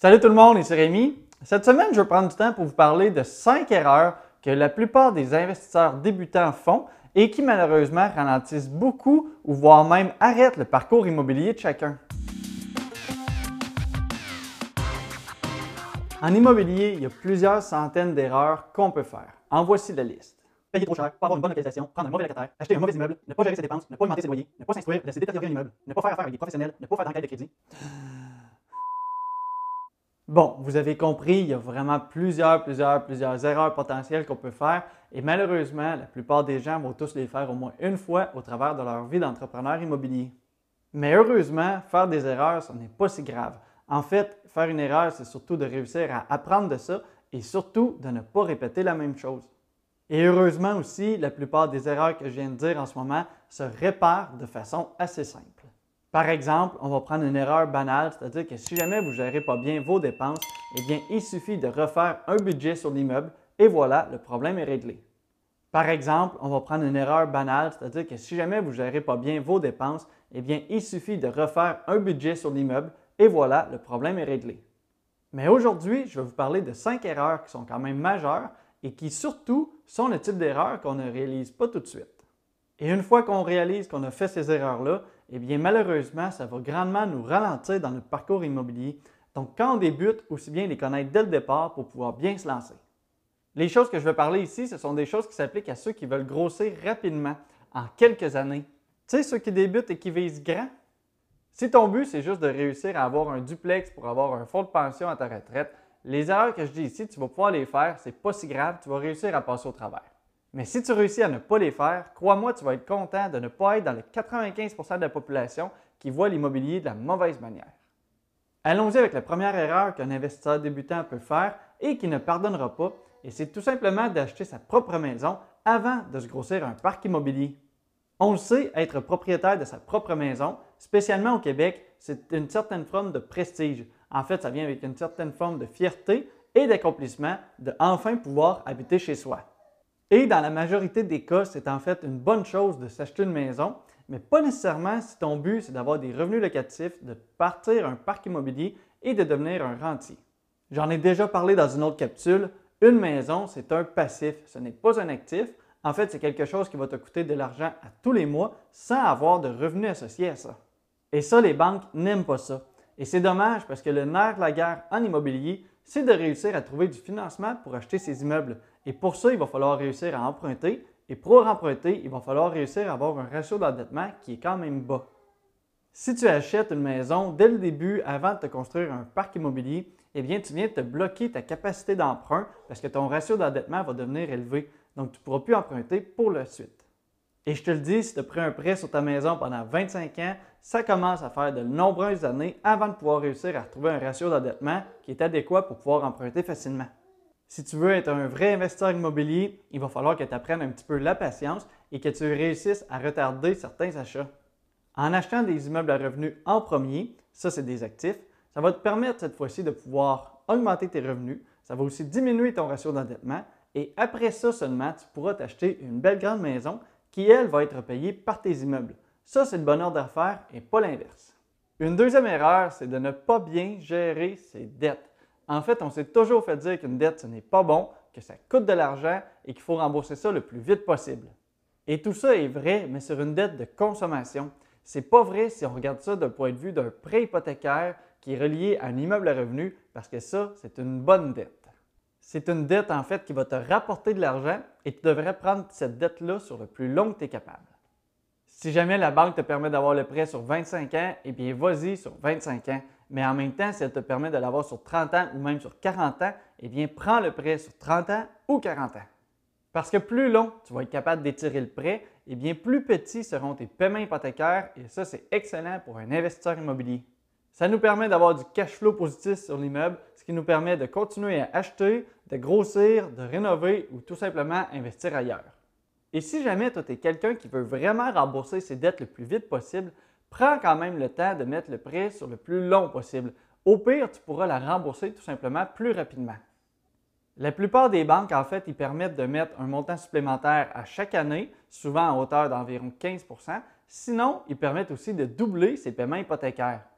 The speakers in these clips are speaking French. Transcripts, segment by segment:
Salut tout le monde, ici Rémi. Cette semaine, je vais prendre du temps pour vous parler de 5 erreurs que la plupart des investisseurs débutants font et qui malheureusement ralentissent beaucoup ou voire même arrêtent le parcours immobilier de chacun. En immobilier, il y a plusieurs centaines d'erreurs qu'on peut faire. En voici la liste. Payer trop cher, pas avoir une bonne localisation, prendre un mauvais locataire, acheter un mauvais immeuble, ne pas gérer ses dépenses, ne pas augmenter ses loyers, ne pas s'instruire, laisser détériorer un immeuble, ne pas faire affaire avec des professionnels, ne pas faire d'enquête de crédit. Bon, vous avez compris, il y a vraiment plusieurs erreurs potentielles qu'on peut faire et malheureusement, la plupart des gens vont tous les faire au moins une fois au travers de leur vie d'entrepreneur immobilier. Mais heureusement, faire des erreurs, ce n'est pas si grave. En fait, faire une erreur, c'est surtout de réussir à apprendre de ça et surtout de ne pas répéter la même chose. Et heureusement aussi, la plupart des erreurs que je viens de dire en ce moment se réparent de façon assez simple. Par exemple, on va prendre une erreur banale, c'est-à-dire que si jamais vous ne gérez pas bien vos dépenses, eh bien, il suffit de refaire un budget sur l'immeuble et voilà, le problème est réglé. Par exemple, on va prendre une erreur banale, c'est-à-dire que si jamais vous ne gérez pas bien vos dépenses, eh bien, il suffit de refaire un budget sur l'immeuble et voilà, le problème est réglé. Mais aujourd'hui, je vais vous parler de 5 erreurs qui sont quand même majeures et qui surtout sont le type d'erreurs qu'on ne réalise pas tout de suite. Et une fois qu'on réalise qu'on a fait ces erreurs-là, eh bien malheureusement, ça va grandement nous ralentir dans notre parcours immobilier. Donc quand on débute, aussi bien les connaître dès le départ pour pouvoir bien se lancer. Les choses que je vais parler ici, ce sont des choses qui s'appliquent à ceux qui veulent grossir rapidement, en quelques années. Tu sais, ceux qui débutent et qui visent grand. Si ton but, c'est juste de réussir à avoir un duplex pour avoir un fonds de pension à ta retraite, les erreurs que je dis ici, tu vas pouvoir les faire, c'est pas si grave, tu vas réussir à passer au travers. Mais si tu réussis à ne pas les faire, crois-moi, tu vas être content de ne pas être dans les 95% de la population qui voit l'immobilier de la mauvaise manière. Allons-y avec la première erreur qu'un investisseur débutant peut faire et qui ne pardonnera pas, et c'est tout simplement d'acheter sa propre maison avant de se grossir un parc immobilier. On le sait, être propriétaire de sa propre maison, spécialement au Québec, c'est une certaine forme de prestige. En fait, ça vient avec une certaine forme de fierté et d'accomplissement de enfin pouvoir habiter chez soi. Et dans la majorité des cas, c'est en fait une bonne chose de s'acheter une maison, mais pas nécessairement si ton but c'est d'avoir des revenus locatifs, de partir un parc immobilier et de devenir un rentier. J'en ai déjà parlé dans une autre capsule, une maison c'est un passif, ce n'est pas un actif. En fait, c'est quelque chose qui va te coûter de l'argent à tous les mois sans avoir de revenus associés à ça. Et ça, les banques n'aiment pas ça. Et c'est dommage parce que le nerf de la guerre en immobilier, c'est de réussir à trouver du financement pour acheter ces immeubles. Et pour ça, il va falloir réussir à emprunter. Et pour emprunter, il va falloir réussir à avoir un ratio d'endettement qui est quand même bas. Si tu achètes une maison dès le début, avant de te construire un parc immobilier, eh bien, tu viens de te bloquer ta capacité d'emprunt parce que ton ratio d'endettement va devenir élevé. Donc, tu ne pourras plus emprunter pour la suite. Et je te le dis, si tu as pris un prêt sur ta maison pendant 25 ans, ça commence à faire de nombreuses années avant de pouvoir réussir à retrouver un ratio d'endettement qui est adéquat pour pouvoir emprunter facilement. Si tu veux être un vrai investisseur immobilier, il va falloir que tu apprennes un petit peu la patience et que tu réussisses à retarder certains achats. En achetant des immeubles à revenus en premier, ça c'est des actifs, ça va te permettre cette fois-ci de pouvoir augmenter tes revenus, ça va aussi diminuer ton ratio d'endettement et après ça seulement, tu pourras t'acheter une belle grande maison qui, elle, va être payée par tes immeubles. Ça, c'est le bonheur d'affaires et pas l'inverse. Une deuxième erreur, c'est de ne pas bien gérer ses dettes. En fait, on s'est toujours fait dire qu'une dette, ce n'est pas bon, que ça coûte de l'argent et qu'il faut rembourser ça le plus vite possible. Et tout ça est vrai, mais sur une dette de consommation. C'est pas vrai si on regarde ça d'un point de vue d'un prêt hypothécaire qui est relié à un immeuble à revenu, parce que ça, c'est une bonne dette. C'est une dette en fait qui va te rapporter de l'argent et tu devrais prendre cette dette-là sur le plus long que tu es capable. Si jamais la banque te permet d'avoir le prêt sur 25 ans, eh bien vas-y sur 25 ans. Mais en même temps, si elle te permet de l'avoir sur 30 ans ou même sur 40 ans, eh bien prends le prêt sur 30 ans ou 40 ans. Parce que plus long tu vas être capable d'étirer le prêt, eh bien plus petits seront tes paiements hypothécaires et ça c'est excellent pour un investisseur immobilier. Ça nous permet d'avoir du cash flow positif sur l'immeuble, ce qui nous permet de continuer à acheter, de grossir, de rénover ou tout simplement investir ailleurs. Et si jamais tu es quelqu'un qui veut vraiment rembourser ses dettes le plus vite possible, prends quand même le temps de mettre le prêt sur le plus long possible. Au pire, tu pourras la rembourser tout simplement plus rapidement. La plupart des banques, en fait, ils permettent de mettre un montant supplémentaire à chaque année, souvent à hauteur d'environ 15 %. Sinon, ils permettent aussi de doubler ses paiements hypothécaires.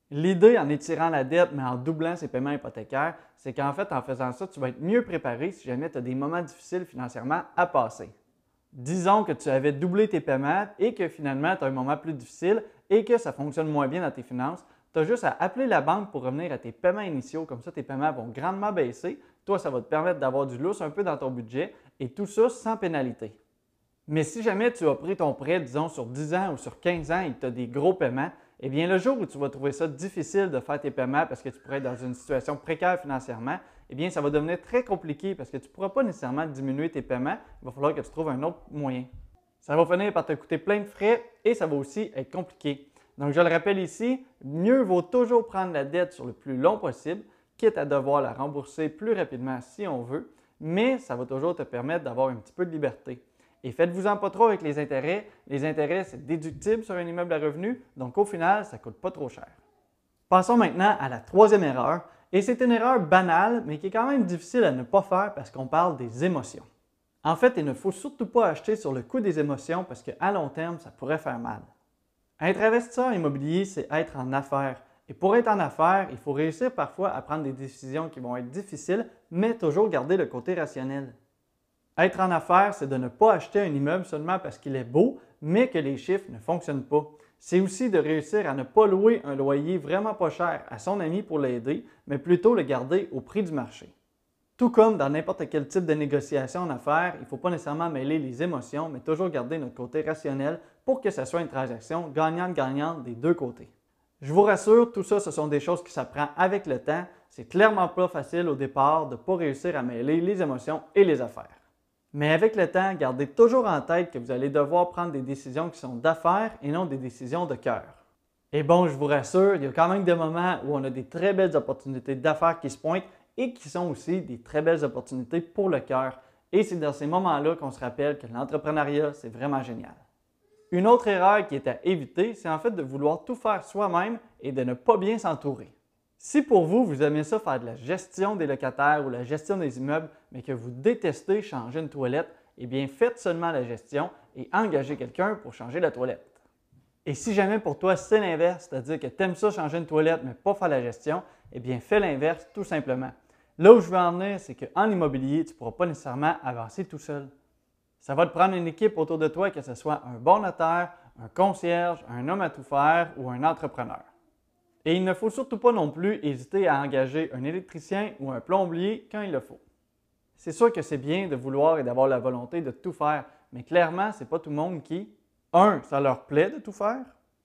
L'idée en étirant la dette, mais en doublant ses paiements hypothécaires, c'est qu'en fait, en faisant ça, tu vas être mieux préparé si jamais tu as des moments difficiles financièrement à passer. Disons que tu avais doublé tes paiements et que finalement, tu as un moment plus difficile et que ça fonctionne moins bien dans tes finances. Tu as juste à appeler la banque pour revenir à tes paiements initiaux. Comme ça, tes paiements vont grandement baisser. Toi, ça va te permettre d'avoir du lousse un peu dans ton budget et tout ça sans pénalité. Mais si jamais tu as pris ton prêt, disons, sur 10 ans ou sur 15 ans et que tu as des gros paiements, eh bien, le jour où tu vas trouver ça difficile de faire tes paiements parce que tu pourrais être dans une situation précaire financièrement, eh bien, ça va devenir très compliqué parce que tu ne pourras pas nécessairement diminuer tes paiements. Il va falloir que tu trouves un autre moyen. Ça va finir par te coûter plein de frais et ça va aussi être compliqué. Donc, je le rappelle ici, mieux vaut toujours prendre la dette sur le plus long possible, quitte à devoir la rembourser plus rapidement si on veut, mais ça va toujours te permettre d'avoir un petit peu de liberté. Et faites-vous-en pas trop avec les intérêts. Les intérêts, c'est déductible sur un immeuble à revenu, donc au final, ça ne coûte pas trop cher. Passons maintenant à la troisième erreur, et c'est une erreur banale, mais qui est quand même difficile à ne pas faire parce qu'on parle des émotions. En fait, il ne faut surtout pas acheter sur le coût des émotions parce qu'à long terme, ça pourrait faire mal. Être investisseur immobilier, c'est être en affaires. Et pour être en affaires, il faut réussir parfois à prendre des décisions qui vont être difficiles, mais toujours garder le côté rationnel. Être en affaires, c'est de ne pas acheter un immeuble seulement parce qu'il est beau, mais que les chiffres ne fonctionnent pas. C'est aussi de réussir à ne pas louer un loyer vraiment pas cher à son ami pour l'aider, mais plutôt le garder au prix du marché. Tout comme dans n'importe quel type de négociation en affaires, il ne faut pas nécessairement mêler les émotions, mais toujours garder notre côté rationnel pour que ce soit une transaction gagnante-gagnante des deux côtés. Je vous rassure, tout ça, ce sont des choses qui s'apprennent avec le temps. C'est clairement pas facile au départ de ne pas réussir à mêler les émotions et les affaires. Mais avec le temps, gardez toujours en tête que vous allez devoir prendre des décisions qui sont d'affaires et non des décisions de cœur. Et bon, je vous rassure, il y a quand même des moments où on a des très belles opportunités d'affaires qui se pointent et qui sont aussi des très belles opportunités pour le cœur. Et c'est dans ces moments-là qu'on se rappelle que l'entrepreneuriat, c'est vraiment génial. Une autre erreur qui est à éviter, c'est en fait de vouloir tout faire soi-même et de ne pas bien s'entourer. Si pour vous, vous aimez ça faire de la gestion des locataires ou la gestion des immeubles, mais que vous détestez changer une toilette, eh bien faites seulement la gestion et engagez quelqu'un pour changer la toilette. Et si jamais pour toi c'est l'inverse, c'est-à-dire que tu aimes ça changer une toilette mais pas faire la gestion, eh bien fais l'inverse tout simplement. Là où je veux en venir, c'est qu'en immobilier, tu ne pourras pas nécessairement avancer tout seul. Ça va te prendre une équipe autour de toi, que ce soit un bon notaire, un concierge, un homme à tout faire ou un entrepreneur. Et il ne faut surtout pas non plus hésiter à engager un électricien ou un plombier quand il le faut. C'est sûr que c'est bien de vouloir et d'avoir la volonté de tout faire, mais clairement, ce n'est pas tout le monde qui, 1, ça leur plaît de tout faire,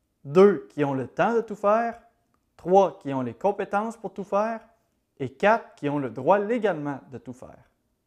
2, qui ont le temps de tout faire, 3, qui ont les compétences pour tout faire, et 4, qui ont le droit légalement de tout faire.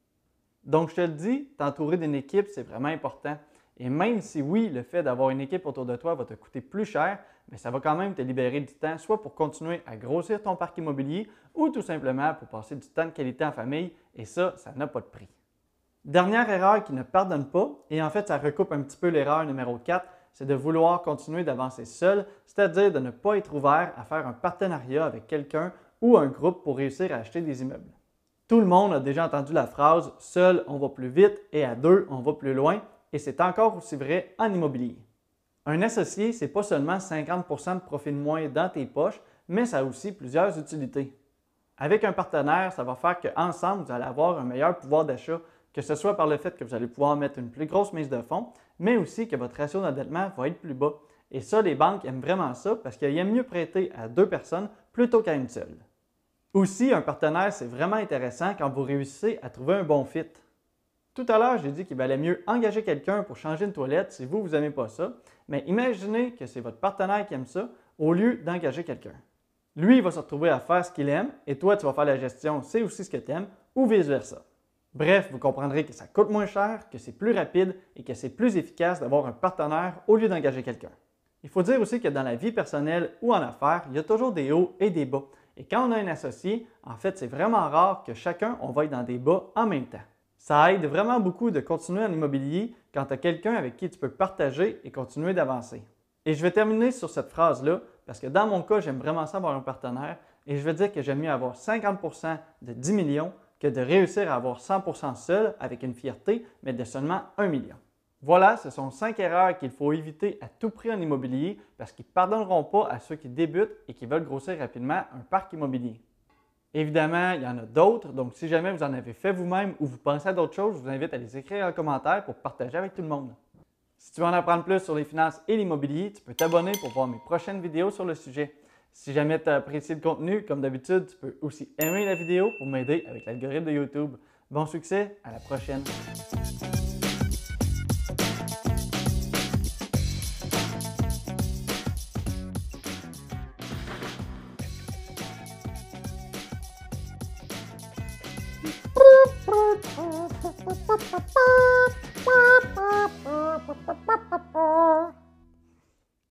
Donc, je te le dis, t'entourer d'une équipe, c'est vraiment important. Et même si oui, le fait d'avoir une équipe autour de toi va te coûter plus cher, mais ça va quand même te libérer du temps, soit pour continuer à grossir ton parc immobilier ou tout simplement pour passer du temps de qualité en famille, et ça n'a pas de prix. Dernière erreur qui ne pardonne pas, et en fait ça recoupe un petit peu l'erreur numéro 4, c'est de vouloir continuer d'avancer seul, c'est-à-dire de ne pas être ouvert à faire un partenariat avec quelqu'un ou un groupe pour réussir à acheter des immeubles. Tout le monde a déjà entendu la phrase « seul, on va plus vite et à deux, on va plus loin », et c'est encore aussi vrai en immobilier. Un associé, ce n'est pas seulement 50% de profit de moins dans tes poches, mais ça a aussi plusieurs utilités. Avec un partenaire, ça va faire qu'ensemble, vous allez avoir un meilleur pouvoir d'achat, que ce soit par le fait que vous allez pouvoir mettre une plus grosse mise de fonds, mais aussi que votre ratio d'endettement va être plus bas. Et ça, les banques aiment vraiment ça parce qu'ils aiment mieux prêter à 2 personnes plutôt qu'à une seule. Aussi, un partenaire, c'est vraiment intéressant quand vous réussissez à trouver un bon fit. Tout à l'heure, j'ai dit qu'il valait mieux engager quelqu'un pour changer une toilette si vous n'aimez pas ça, mais imaginez que c'est votre partenaire qui aime ça au lieu d'engager quelqu'un. Lui, il va se retrouver à faire ce qu'il aime et toi, tu vas faire la gestion, c'est aussi ce que tu aimes ou vice-versa. Bref, vous comprendrez que ça coûte moins cher, que c'est plus rapide et que c'est plus efficace d'avoir un partenaire au lieu d'engager quelqu'un. Il faut dire aussi que dans la vie personnelle ou en affaires, il y a toujours des hauts et des bas. Et quand on a un associé, en fait, c'est vraiment rare que chacun, on va être dans des bas en même temps. Ça aide vraiment beaucoup de continuer en immobilier quand tu as quelqu'un avec qui tu peux partager et continuer d'avancer. Et je vais terminer sur cette phrase-là parce que dans mon cas, j'aime vraiment ça avoir un partenaire et je vais dire que j'aime mieux avoir 50% de 10 millions que de réussir à avoir 100% seul avec une fierté, mais de seulement 1 million. Voilà, ce sont 5 erreurs qu'il faut éviter à tout prix en immobilier parce qu'ils ne pardonneront pas à ceux qui débutent et qui veulent grossir rapidement un parc immobilier. Évidemment, il y en a d'autres, donc si jamais vous en avez fait vous-même ou vous pensez à d'autres choses, je vous invite à les écrire en commentaire pour partager avec tout le monde. Si tu veux en apprendre plus sur les finances et l'immobilier, tu peux t'abonner pour voir mes prochaines vidéos sur le sujet. Si jamais tu as apprécié le contenu, comme d'habitude, tu peux aussi aimer la vidéo pour m'aider avec l'algorithme de YouTube. Bon succès, à la prochaine! Beep, beep, beep, beep, beep, beep, beep.